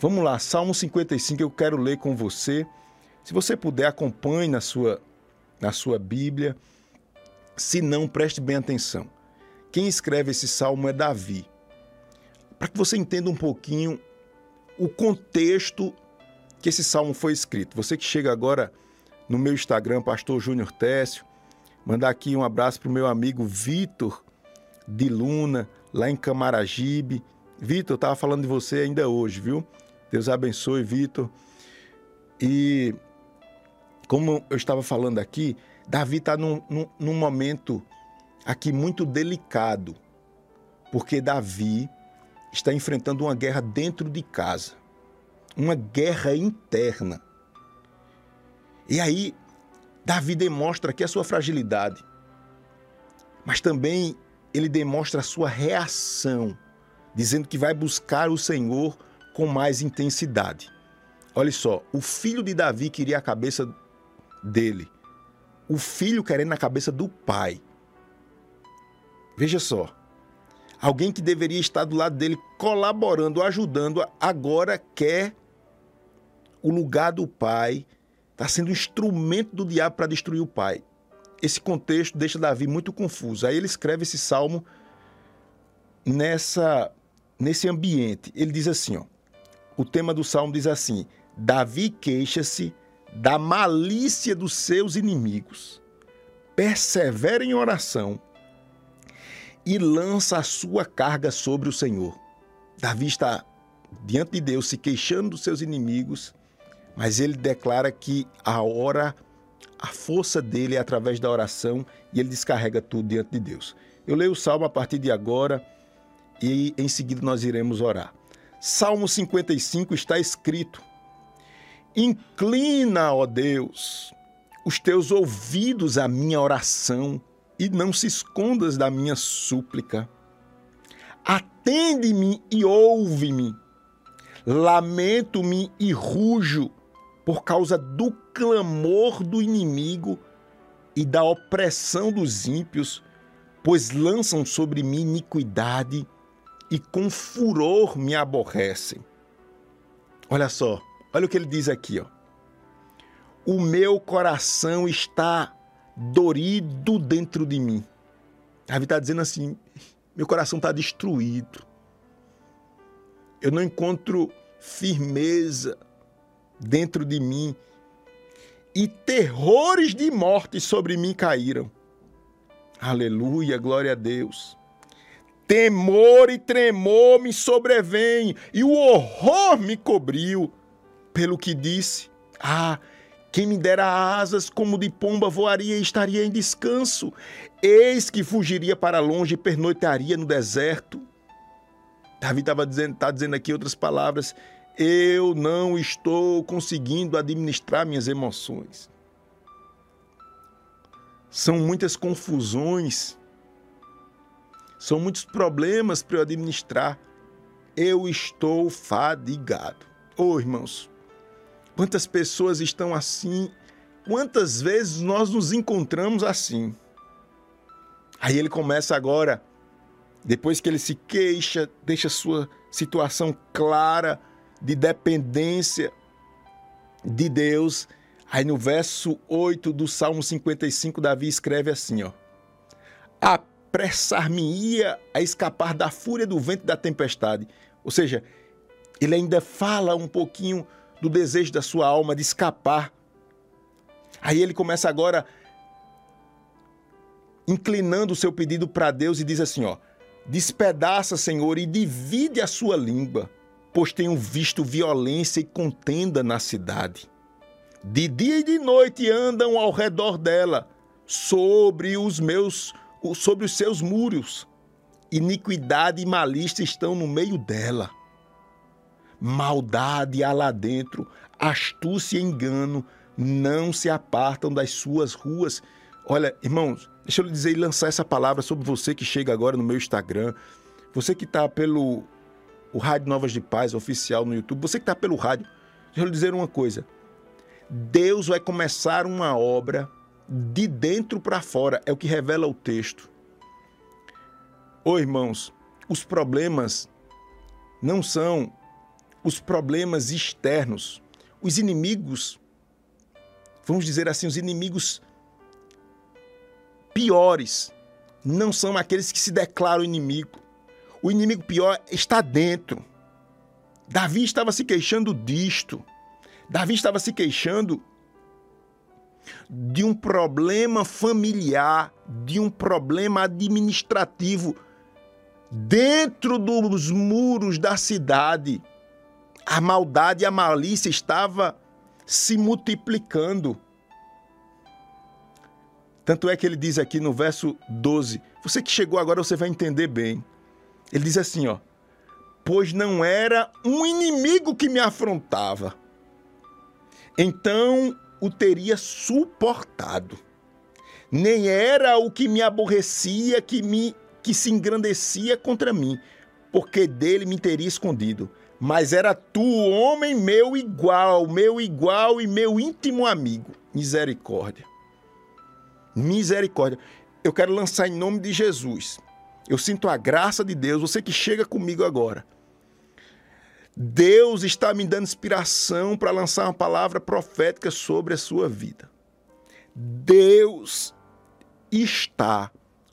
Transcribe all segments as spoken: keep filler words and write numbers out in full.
Vamos lá, Salmo cinquenta e cinco, eu quero ler com você. Se você puder, acompanhe na sua, na sua Bíblia. Se não, preste bem atenção. Quem escreve esse salmo é Davi. Para que você entenda um pouquinho o contexto que esse salmo foi escrito. Você que chega agora no meu Instagram, Pastor Júnior Técio, mandar aqui um abraço para o meu amigo Vitor de Luna, lá em Camaragibe. Vitor, eu estava falando de você ainda hoje, viu? Deus abençoe, Vitor. E como eu estava falando aqui, Davi está num, num, num momento aqui muito delicado, porque Davi está enfrentando uma guerra dentro de casa, uma guerra interna. E aí, Davi demonstra aqui a sua fragilidade, mas também ele demonstra a sua reação, dizendo que vai buscar o Senhor com mais intensidade. Olha só, o filho de Davi queria a cabeça dele, o filho querendo a cabeça do pai. Veja só, alguém que deveria estar do lado dele colaborando, ajudando, agora quer o lugar do pai, está sendo um instrumento do diabo para destruir o pai. Esse contexto deixa Davi muito confuso. Aí ele escreve esse salmo nessa, nesse ambiente. Ele diz assim, ó, o tema do salmo diz assim: Davi queixa-se da malícia dos seus inimigos, persevera em oração e lança a sua carga sobre o Senhor. Davi está diante de Deus se queixando dos seus inimigos, mas ele declara que a hora, a força dele é através da oração e ele descarrega tudo diante de Deus. Eu leio o salmo a partir de agora e em seguida nós iremos orar. Salmo cinquenta e cinco está escrito: Inclina, ó Deus, os teus ouvidos à minha oração e não se escondas da minha súplica. Atende-me e ouve-me. Lamento-me e rujo por causa do clamor do inimigo e da opressão dos ímpios, pois lançam sobre mim iniquidade e com furor me aborrecem. Olha só, olha o que ele diz aqui, ó. O meu coração está dorido dentro de mim. Davi está dizendo assim, meu coração está destruído. Eu não encontro firmeza dentro de mim. E terrores de morte sobre mim caíram. Aleluia, glória a Deus. Temor e tremor me sobrevêm, e o horror me cobriu. Pelo que disse, ah, quem me dera asas como de pomba voaria e estaria em descanso. Eis que fugiria para longe e pernoitaria no deserto. Davi estava dizendo, está dizendo aqui outras palavras, eu não estou conseguindo administrar minhas emoções. São muitas confusões, são muitos problemas para eu administrar. Eu estou fadigado. Ô, irmãos, quantas pessoas estão assim? Quantas vezes nós nos encontramos assim? Aí ele começa agora, depois que ele se queixa, deixa sua situação clara de dependência de Deus. Aí no verso oito do Salmo cinquenta e cinco, Davi escreve assim, ó: apressar-me-ia a escapar da fúria do vento e da tempestade. Ou seja, ele ainda fala um pouquinho do desejo da sua alma de escapar. Aí ele começa agora inclinando o seu pedido para Deus e diz assim, ó: despedaça, Senhor, e divide a sua língua, pois tenho visto violência e contenda na cidade. De dia e de noite andam ao redor dela, sobre os meus, sobre os seus muros. Iniquidade e malícia estão no meio dela. Maldade há lá dentro, astúcia e engano não se apartam das suas ruas. Olha, irmãos, deixa eu lhe dizer e lançar essa palavra sobre você que chega agora no meu Instagram, você que está pelo o Rádio Novas de Paz oficial no YouTube, você que está pelo rádio, deixa eu lhe dizer uma coisa. Deus vai começar uma obra de dentro para fora, é o que revela o texto. Ô irmãos, os problemas não são os problemas externos, os inimigos, vamos dizer assim, os inimigos piores, não são aqueles que se declaram inimigo. O inimigo pior está dentro. Davi estava se queixando disto. Davi estava se queixando de um problema familiar, de um problema administrativo dentro dos muros da cidade. A maldade e a malícia estava se multiplicando. Tanto é que ele diz aqui no verso doze, você que chegou agora, você vai entender bem. Ele diz assim, ó, pois não era um inimigo que me afrontava, então o teria suportado. Nem era o que me aborrecia, que, me, que se engrandecia contra mim, porque dele me teria escondido. Mas era tu, homem meu igual, meu igual e meu íntimo amigo. Misericórdia. Misericórdia. Eu quero lançar em nome de Jesus. Eu sinto a graça de Deus, você que chega comigo agora. Deus está me dando inspiração para lançar uma palavra profética sobre a sua vida. Deus está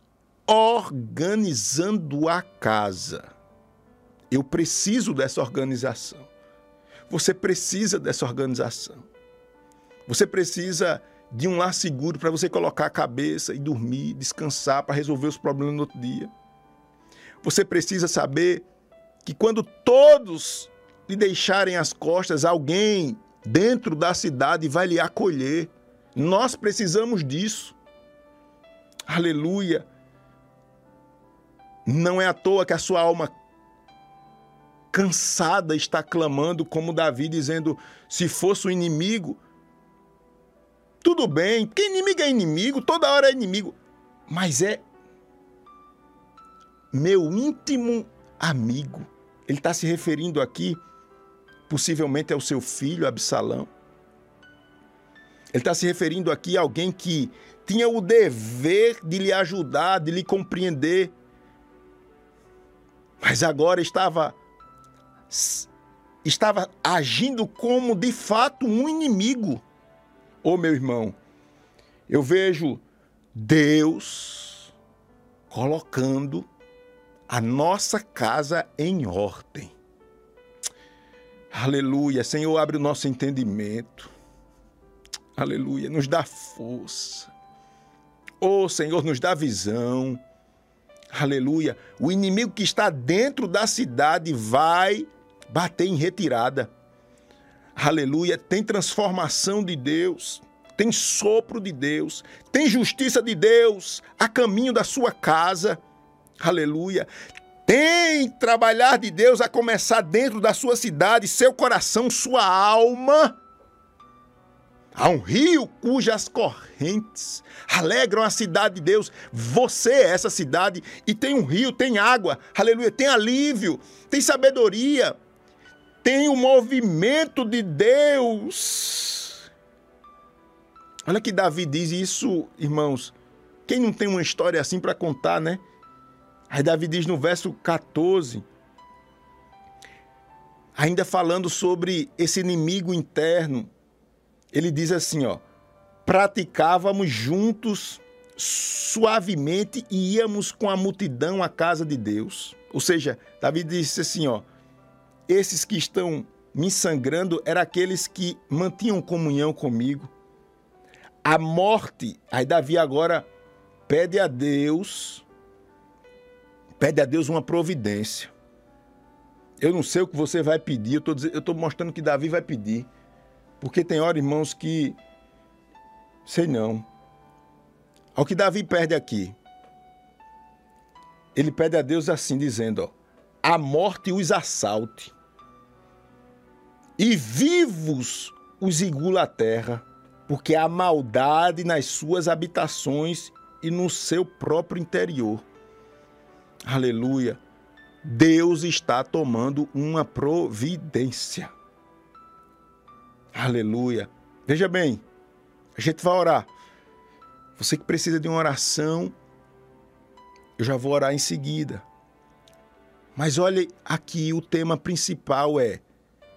organizando a casa. Eu preciso dessa organização. Você precisa dessa organização. Você precisa de um lar seguro para você colocar a cabeça e dormir, descansar para resolver os problemas no outro dia. Você precisa saber que quando todos lhe deixarem as costas, alguém dentro da cidade vai lhe acolher. Nós precisamos disso. Aleluia. Não é à toa que a sua alma cansada está clamando como Davi, dizendo, se fosse o inimigo, tudo bem, porque inimigo é inimigo, toda hora é inimigo, mas é meu íntimo amigo. Ele está se referindo aqui, possivelmente, ao seu filho, Absalão. Ele está se referindo aqui a alguém que tinha o dever de lhe ajudar, de lhe compreender, mas agora estava, estava agindo como, de fato, um inimigo. Ô, meu irmão, eu vejo Deus colocando a nossa casa em ordem. Aleluia. Senhor, abre o nosso entendimento. Aleluia. Nos dá força. Ô, Senhor, nos dá visão. Aleluia. O inimigo que está dentro da cidade vai bater em retirada. Aleluia. Tem transformação de Deus. Tem sopro de Deus. Tem justiça de Deus a caminho da sua casa. Aleluia. Tem trabalhar de Deus a começar dentro da sua cidade, seu coração, sua alma. Há um rio cujas correntes alegram a cidade de Deus. Você é essa cidade e tem um rio, tem água. Aleluia. Tem alívio, tem sabedoria, tem o movimento de Deus. Olha que Davi diz isso, irmãos. Quem não tem uma história assim para contar, né? Aí Davi diz no verso quatorze, ainda falando sobre esse inimigo interno, ele diz assim, ó, praticávamos juntos suavemente e íamos com a multidão à casa de Deus. Ou seja, Davi disse assim, ó, esses que estão me sangrando eram aqueles que mantinham comunhão comigo. A morte, aí Davi agora pede a Deus... Pede a Deus uma providência. Eu não sei o que você vai pedir, eu estou mostrando que Davi vai pedir. Porque tem hora, irmãos, que... Sei não. Ao que Davi pede aqui. Ele pede a Deus assim, dizendo, ó, a morte os assalte. E vivos os engula a terra, porque há maldade nas suas habitações e no seu próprio interior. Aleluia. Deus está tomando uma providência. Aleluia. Veja bem, a gente vai orar. Você que precisa de uma oração, eu já vou orar em seguida. Mas olhe aqui, o tema principal é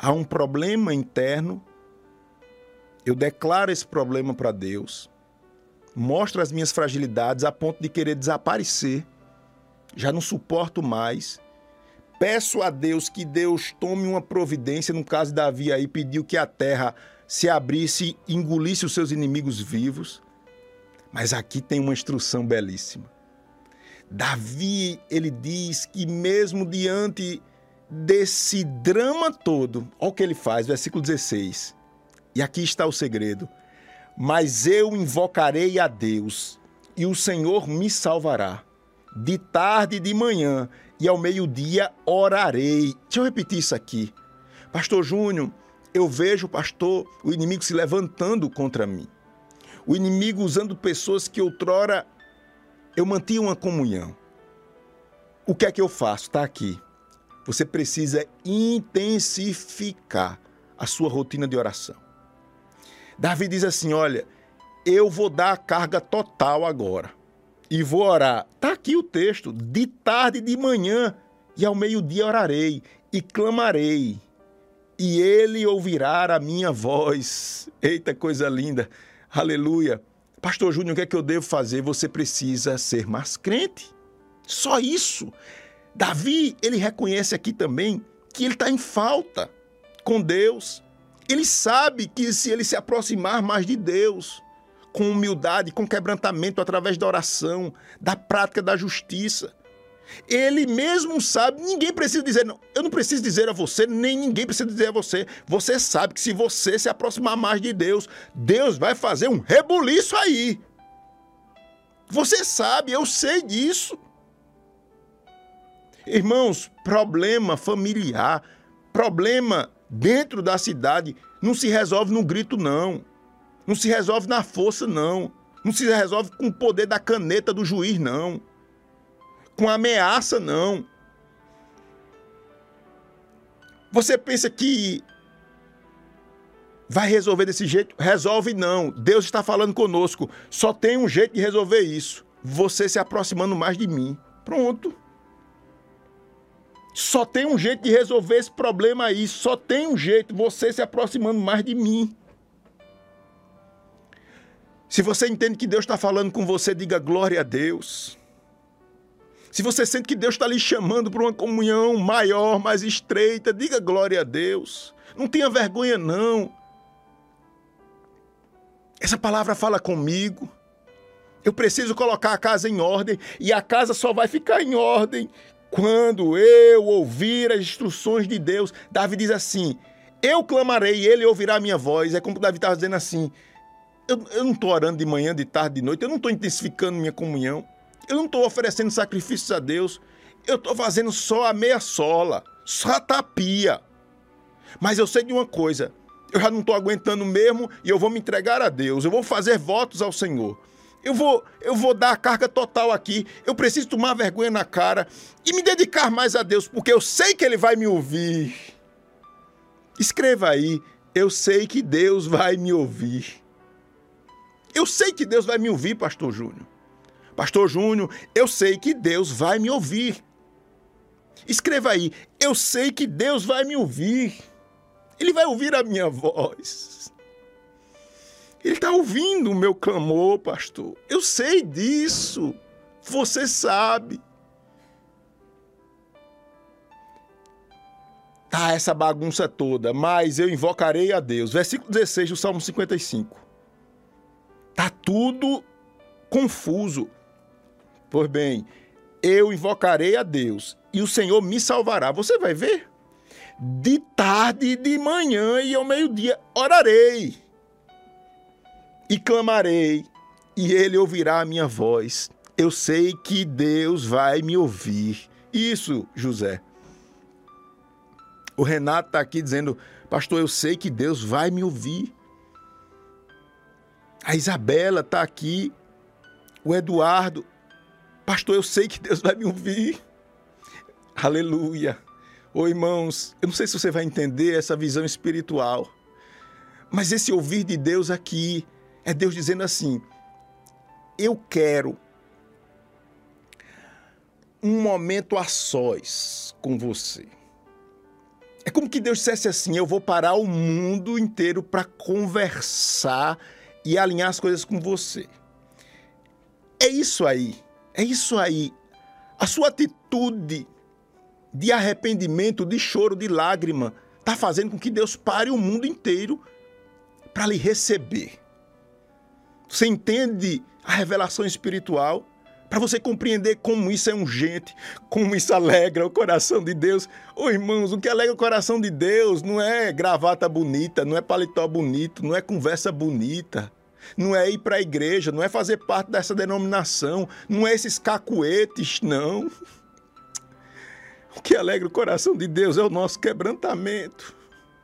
há um problema interno, eu declaro esse problema para Deus, mostro as minhas fragilidades a ponto de querer desaparecer, já não suporto mais, peço a Deus que Deus tome uma providência, no caso de Davi aí pediu que a terra se abrisse e engolisse os seus inimigos vivos, mas aqui tem uma instrução belíssima. Davi, ele diz que mesmo diante desse drama todo, olha o que ele faz, versículo dezesseis, e aqui está o segredo: mas eu invocarei a Deus, e o Senhor me salvará. De tarde e de manhã, e ao meio-dia orarei. Deixa eu repetir isso aqui. Pastor Júnior, eu vejo, pastor, o inimigo se levantando contra mim. O inimigo usando pessoas que outrora eu mantinha uma comunhão. O que é que eu faço? Está aqui. Você precisa intensificar a sua rotina de oração. Davi diz assim, olha, eu vou dar a carga total agora e vou orar. Está aqui o texto, de tarde e de manhã e ao meio-dia orarei e clamarei e ele ouvirá a minha voz. Eita, coisa linda, aleluia. Pastor Júnior, o que é que eu devo fazer? Você precisa ser mais crente. Só isso. Davi, ele reconhece aqui também que ele está em falta com Deus. Ele sabe que se ele se aproximar mais de Deus, com humildade, com quebrantamento, através da oração, da prática da justiça, ele mesmo sabe, ninguém precisa dizer, não, eu não preciso dizer a você, nem ninguém precisa dizer a você, você sabe que se você se aproximar mais de Deus, Deus vai fazer um rebuliço aí. Você sabe, eu sei disso. Irmãos, problema familiar, problema dentro da cidade, não se resolve no grito, não. Não se resolve na força, não. Não se resolve com o poder da caneta do juiz, não. Com ameaça, não. Você pensa que vai resolver desse jeito? Resolve não. Deus está falando conosco. Só tem um jeito de resolver isso. Você se aproximando mais de mim. Pronto. Só tem um jeito de resolver esse problema aí. Só tem um jeito, você se aproximando mais de mim. Se você entende que Deus está falando com você, diga glória a Deus. Se você sente que Deus está lhe chamando para uma comunhão maior, mais estreita, diga glória a Deus. Não tenha vergonha, não. Essa palavra fala comigo. Eu preciso colocar a casa em ordem e a casa só vai ficar em ordem quando eu ouvir as instruções de Deus. Davi diz assim, eu clamarei e ele ouvirá a minha voz. É como Davi estava dizendo assim, eu, eu não estou orando de manhã, de tarde, de noite, eu não estou intensificando minha comunhão, eu não estou oferecendo sacrifícios a Deus, eu estou fazendo só a meia sola, só a tapia. Mas eu sei de uma coisa, eu já não estou aguentando mesmo e eu vou me entregar a Deus, eu vou fazer votos ao Senhor. Eu vou, eu vou dar a carga total aqui, eu preciso tomar vergonha na cara e me dedicar mais a Deus, porque eu sei que Ele vai me ouvir. Escreva aí, eu sei que Deus vai me ouvir. Eu sei que Deus vai me ouvir, Pastor Júnior. Pastor Júnior, eu sei que Deus vai me ouvir. Escreva aí, eu sei que Deus vai me ouvir. Ele vai ouvir a minha voz. Ele está ouvindo o meu clamor, pastor. Eu sei disso. Você sabe. Tá essa bagunça toda, mas eu invocarei a Deus. Versículo dezesseis do Salmo cinquenta e cinco. Tá tudo confuso. Pois bem, eu invocarei a Deus e o Senhor me salvará. Você vai ver? De tarde e de manhã e ao meio-dia orarei. E clamarei, e ele ouvirá a minha voz. Eu sei que Deus vai me ouvir. Isso, José. O Renato está aqui dizendo, pastor, eu sei que Deus vai me ouvir. A Isabela está aqui. O Eduardo. Pastor, eu sei que Deus vai me ouvir. Aleluia. Ô, irmãos, eu não sei se você vai entender essa visão espiritual, mas esse ouvir de Deus aqui é Deus dizendo assim, eu quero um momento a sós com você. É como que Deus dissesse assim: eu vou parar o mundo inteiro para conversar e alinhar as coisas com você. É isso aí, é isso aí. A sua atitude de arrependimento, de choro, de lágrima, está fazendo com que Deus pare o mundo inteiro para lhe receber. Você entende a revelação espiritual? Para você compreender como isso é urgente, como isso alegra o coração de Deus. Ô irmãos, o que alegra o coração de Deus não é gravata bonita, não é paletó bonito, não é conversa bonita, não é ir para a igreja, não é fazer parte dessa denominação, não é esses cacuetes, não. O que alegra o coração de Deus é o nosso quebrantamento.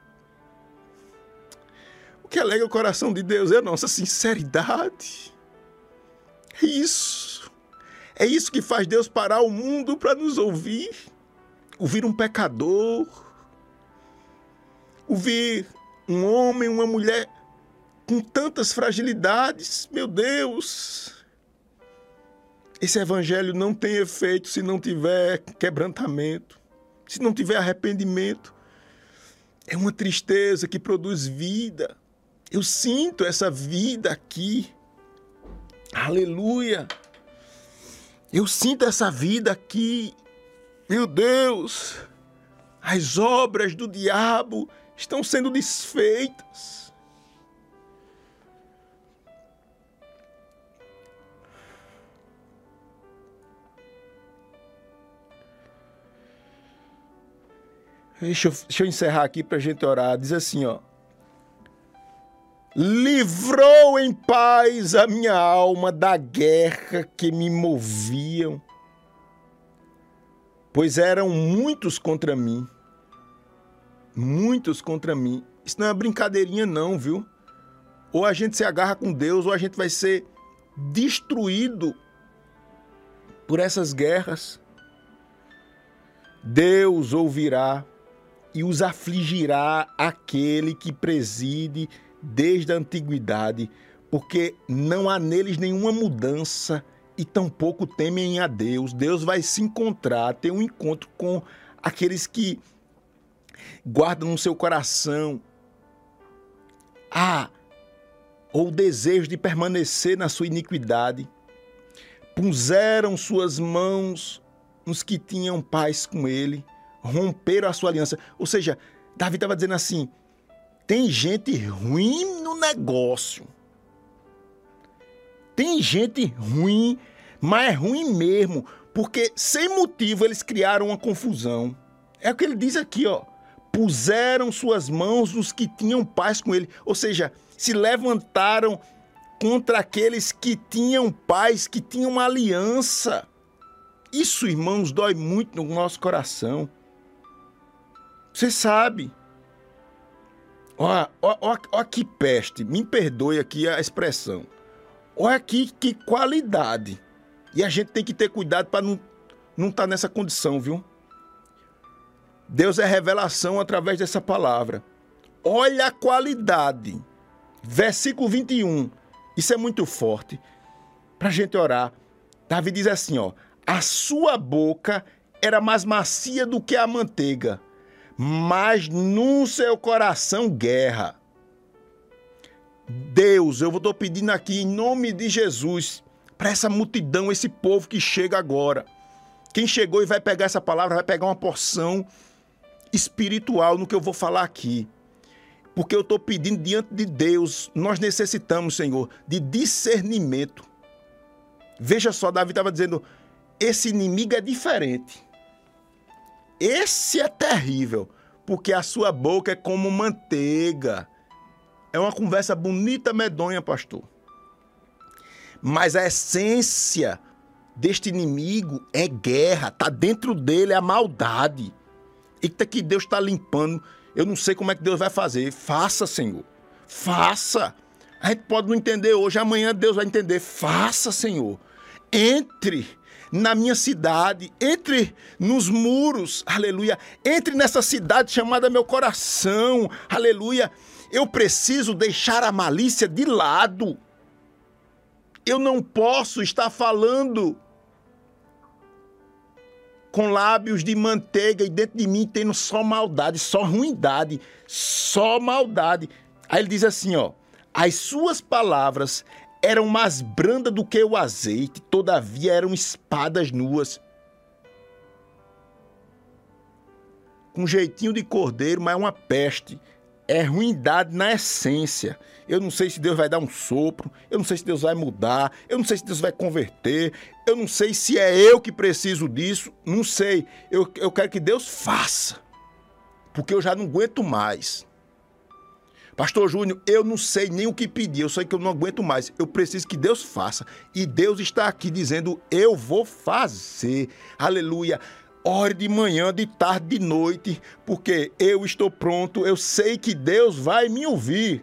O que alegra o coração de Deus é a nossa sinceridade. É isso. É isso que faz Deus parar o mundo para nos ouvir. Ouvir um pecador. Ouvir um homem, uma mulher com tantas fragilidades. Meu Deus! Esse evangelho não tem efeito se não tiver quebrantamento, se não tiver arrependimento. É uma tristeza que produz vida. Eu sinto essa vida aqui. Aleluia! Eu sinto essa vida aqui. Meu Deus! As obras do diabo estão sendo desfeitas. Deixa eu, deixa eu encerrar aqui para a gente orar. Diz assim, ó. Livrou em paz a minha alma da guerra que me moviam, pois eram muitos contra mim. Muitos contra mim. Isso não é uma brincadeirinha não, viu? Ou a gente se agarra com Deus, ou a gente vai ser destruído por essas guerras. Deus ouvirá e os afligirá aquele que preside desde a antiguidade, porque não há neles nenhuma mudança e tampouco temem a Deus. Deus vai se encontrar, ter um encontro com aqueles que guardam no seu coração a ou o desejo de permanecer na sua iniquidade. Puseram suas mãos nos que tinham paz com ele, romperam a sua aliança. Ou seja, Davi estava dizendo assim, tem gente ruim no negócio. Tem gente ruim, mas é ruim mesmo, porque sem motivo eles criaram uma confusão. É o que ele diz aqui, ó. Puseram suas mãos nos que tinham paz com ele. Ou seja, se levantaram contra aqueles que tinham paz, que tinham uma aliança. Isso, irmãos, dói muito no nosso coração. Você sabe. Olha, olha, olha que peste, me perdoe aqui a expressão. Olha aqui que qualidade. E a gente tem que ter cuidado para não não estar nessa condição, viu? Deus é revelação através dessa palavra. Olha a qualidade. Versículo vinte e um. Isso é muito forte para a gente orar. Davi diz assim, ó. A sua boca era mais macia do que a manteiga, mas no seu coração guerra. Deus, eu estou pedindo aqui em nome de Jesus, para essa multidão, esse povo que chega agora. Quem chegou e vai pegar essa palavra, vai pegar uma porção espiritual no que eu vou falar aqui. Porque eu estou pedindo diante de Deus, nós necessitamos, Senhor, de discernimento. Veja só, Davi estava dizendo, esse inimigo é diferente. Esse é terrível, porque a sua boca é como manteiga. É uma conversa bonita, medonha, pastor. Mas a essência deste inimigo é guerra. Está dentro dele a maldade. Eita, que Deus está limpando. Eu não sei como é que Deus vai fazer. Faça, Senhor. Faça. A gente pode não entender hoje, amanhã Deus vai entender. Faça, Senhor. Entre na minha cidade, entre nos muros, aleluia, entre nessa cidade chamada meu coração, aleluia. Eu preciso deixar a malícia de lado. Eu não posso estar falando com lábios de manteiga e dentro de mim tendo só maldade, só ruindade, só maldade. Aí ele diz assim, ó, as suas palavras eram mais brandas do que o azeite, todavia eram espadas nuas. Com jeitinho de cordeiro, mas é uma peste. É ruindade na essência. Eu não sei se Deus vai dar um sopro, eu não sei se Deus vai mudar, eu não sei se Deus vai converter, eu não sei se é eu que preciso disso, não sei. Eu, eu quero que Deus faça, porque eu já não aguento mais. Pastor Júnior, eu não sei nem o que pedir, eu sei que eu não aguento mais. Eu preciso que Deus faça. E Deus está aqui dizendo, eu vou fazer. Aleluia. Ore de manhã, de tarde, de noite, porque eu estou pronto, eu sei que Deus vai me ouvir.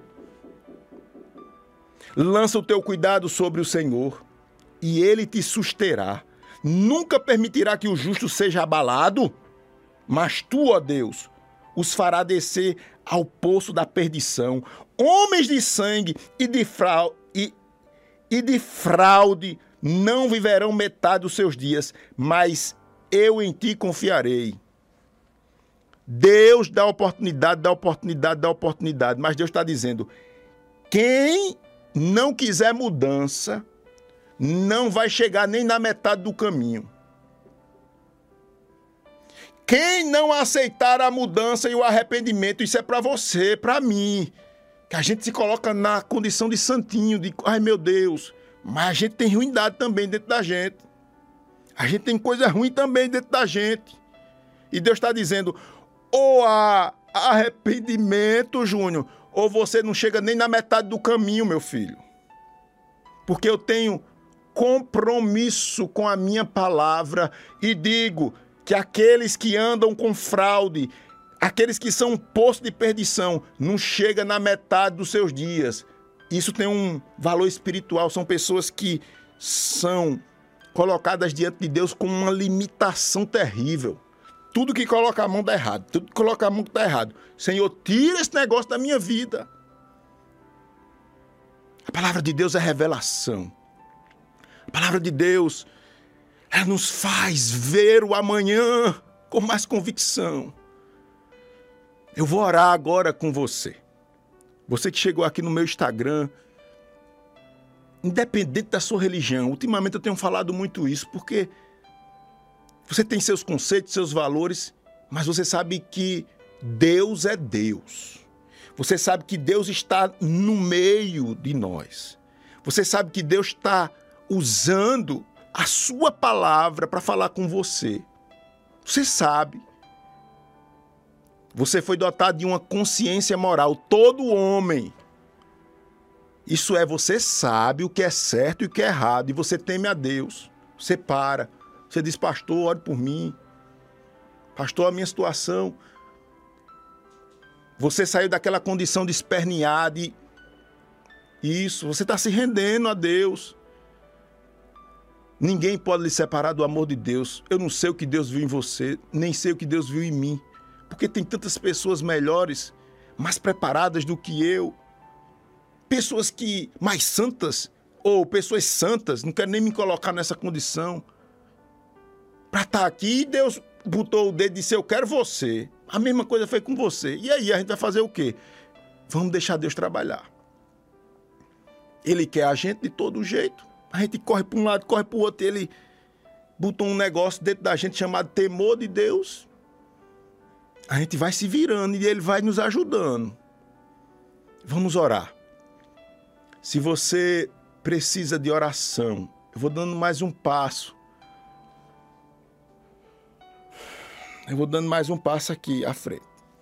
Lança o teu cuidado sobre o Senhor e Ele te susterá. Nunca permitirá que o justo seja abalado, mas tu, ó Deus, os fará descer ao poço da perdição. Homens de sangue e de fraude, e, e de fraude não viverão metade dos seus dias, mas eu em ti confiarei. Deus dá oportunidade, dá oportunidade, dá oportunidade, mas Deus está dizendo, quem não quiser mudança, não vai chegar nem na metade do caminho. Quem não aceitar a mudança e o arrependimento, isso é para você, para mim. Que a gente se coloca na condição de santinho, de, ai meu Deus, mas a gente tem ruindade também dentro da gente. A gente tem coisa ruim também dentro da gente. E Deus está dizendo, ou há arrependimento, Júnior, ou você não chega nem na metade do caminho, meu filho. Porque eu tenho compromisso com a minha palavra e digo que aqueles que andam com fraude, aqueles que são um poço de perdição, não chega na metade dos seus dias. Isso tem um valor espiritual, são pessoas que são colocadas diante de Deus com uma limitação terrível. Tudo que coloca a mão dá errado, tudo que coloca a mão dá errado. Senhor, tira esse negócio da minha vida. A palavra de Deus é revelação. A palavra de Deus, ela nos faz ver o amanhã com mais convicção. Eu vou orar agora com você. Você que chegou aqui no meu Instagram, independente da sua religião, ultimamente eu tenho falado muito isso, porque você tem seus conceitos, seus valores, mas você sabe que Deus é Deus. Você sabe que Deus está no meio de nós. Você sabe que Deus está usando a sua palavra para falar com você. Você sabe. Você foi dotado de uma consciência moral. Todo homem. Isso é, você sabe o que é certo e o que é errado. E você teme a Deus. Você para. Você diz, pastor, ore por mim. Pastor, a minha situação. Você saiu daquela condição de esperneado. E... Isso, você está se rendendo a Deus. Ninguém pode lhe separar do amor de Deus. Eu não sei o que Deus viu em você, nem sei o que Deus viu em mim. Porque tem tantas pessoas melhores, mais preparadas do que eu. Pessoas que mais santas, ou pessoas santas, não quero nem me colocar nessa condição. Para estar aqui, Deus botou o dedo e disse, eu quero você. A mesma coisa foi com você. E aí, a gente vai fazer o quê? Vamos deixar Deus trabalhar. Ele quer a gente de todo jeito. A gente corre para um lado, corre para o outro. Ele botou um negócio dentro da gente chamado temor de Deus. A gente vai se virando e Ele vai nos ajudando. Vamos orar. Se você precisa de oração, eu vou dando mais um passo. Eu vou dando mais um passo aqui à frente.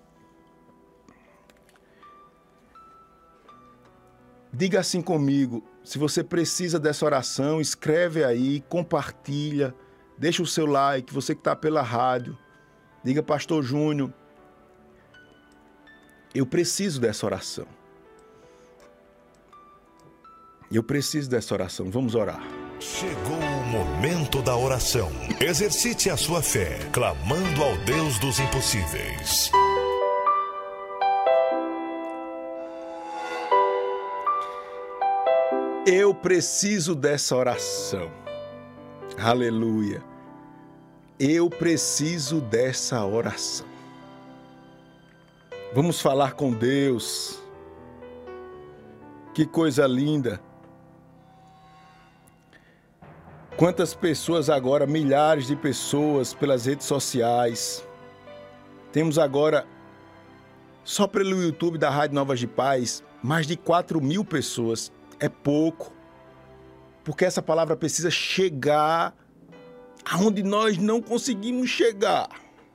Diga assim comigo, se você precisa dessa oração, escreve aí, compartilha, deixa o seu like, você que está pela rádio. Diga, pastor Júnior, eu preciso dessa oração. Eu preciso dessa oração, vamos orar. Chegou o momento da oração. Exercite a sua fé, clamando ao Deus dos impossíveis. Eu preciso dessa oração. Aleluia. Eu preciso dessa oração. Vamos falar com Deus. Que coisa linda. Quantas pessoas agora, milhares de pessoas pelas redes sociais. Temos agora, só pelo YouTube da Rádio Novas de Paz, mais de quatro mil pessoas. É pouco. Porque essa palavra precisa chegar aonde nós não conseguimos chegar.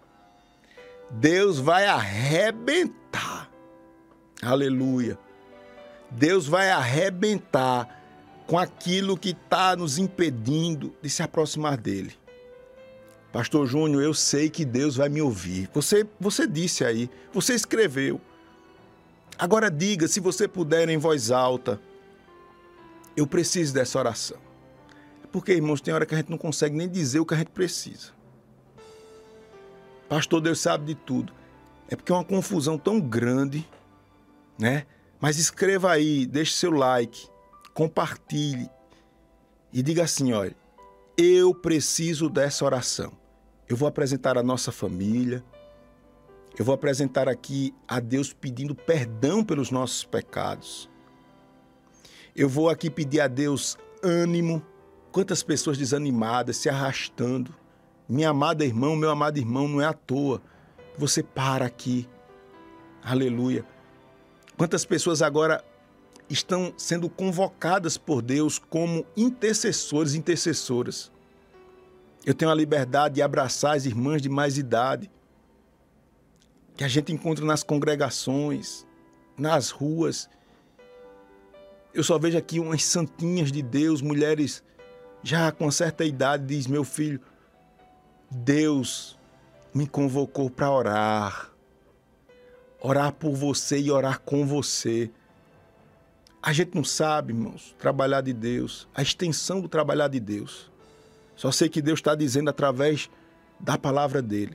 Deus vai arrebentar. Aleluia. Deus vai arrebentar com aquilo que está nos impedindo de se aproximar dele. Pastor Júnior, eu sei que Deus vai me ouvir. Você, você disse aí, você escreveu. Agora diga, se você puder, em voz alta, eu preciso dessa oração. Porque, irmãos, tem hora que a gente não consegue nem dizer o que a gente precisa. Pastor, Deus sabe de tudo. É porque é uma confusão tão grande, né? Mas escreva aí, deixe seu like, compartilhe e diga assim, olha, eu preciso dessa oração. Eu vou apresentar a nossa família, eu vou apresentar aqui a Deus pedindo perdão pelos nossos pecados. Eu vou aqui pedir a Deus ânimo. Quantas pessoas desanimadas, se arrastando. Minha amada irmã, meu amado irmão, não é à toa. Você para aqui. Aleluia. Quantas pessoas agora estão sendo convocadas por Deus como intercessores e intercessoras. Eu tenho a liberdade de abraçar as irmãs de mais idade, que a gente encontra nas congregações, nas ruas. Eu só vejo aqui umas santinhas de Deus, mulheres já com certa idade, diz, meu filho, Deus me convocou para orar. Orar por você e orar com você. A gente não sabe, irmãos, trabalhar de Deus, a extensão do trabalhar de Deus. Só sei que Deus está dizendo através da palavra dele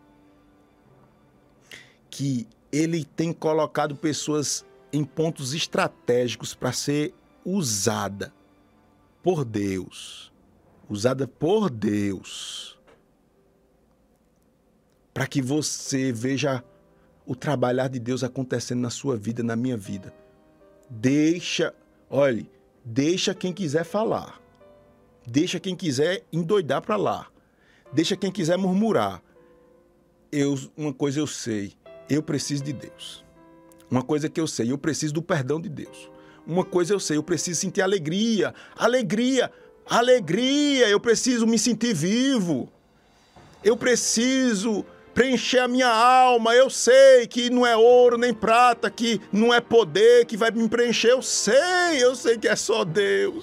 que ele tem colocado pessoas em pontos estratégicos para ser usada por Deus. Usada por Deus. Para que você veja o trabalhar de Deus acontecendo na sua vida, na minha vida. Deixa, olhe, deixa quem quiser falar. Deixa quem quiser endoidar para lá. Deixa quem quiser murmurar. Eu, uma coisa eu sei, eu preciso de Deus. Uma coisa que eu sei, eu preciso do perdão de Deus. Uma coisa eu sei, eu preciso sentir alegria. Alegria, alegria, eu preciso me sentir vivo. Eu preciso preencher a minha alma. Eu sei que não é ouro nem prata, que não é poder que vai me preencher. Eu sei, eu sei que é só Deus.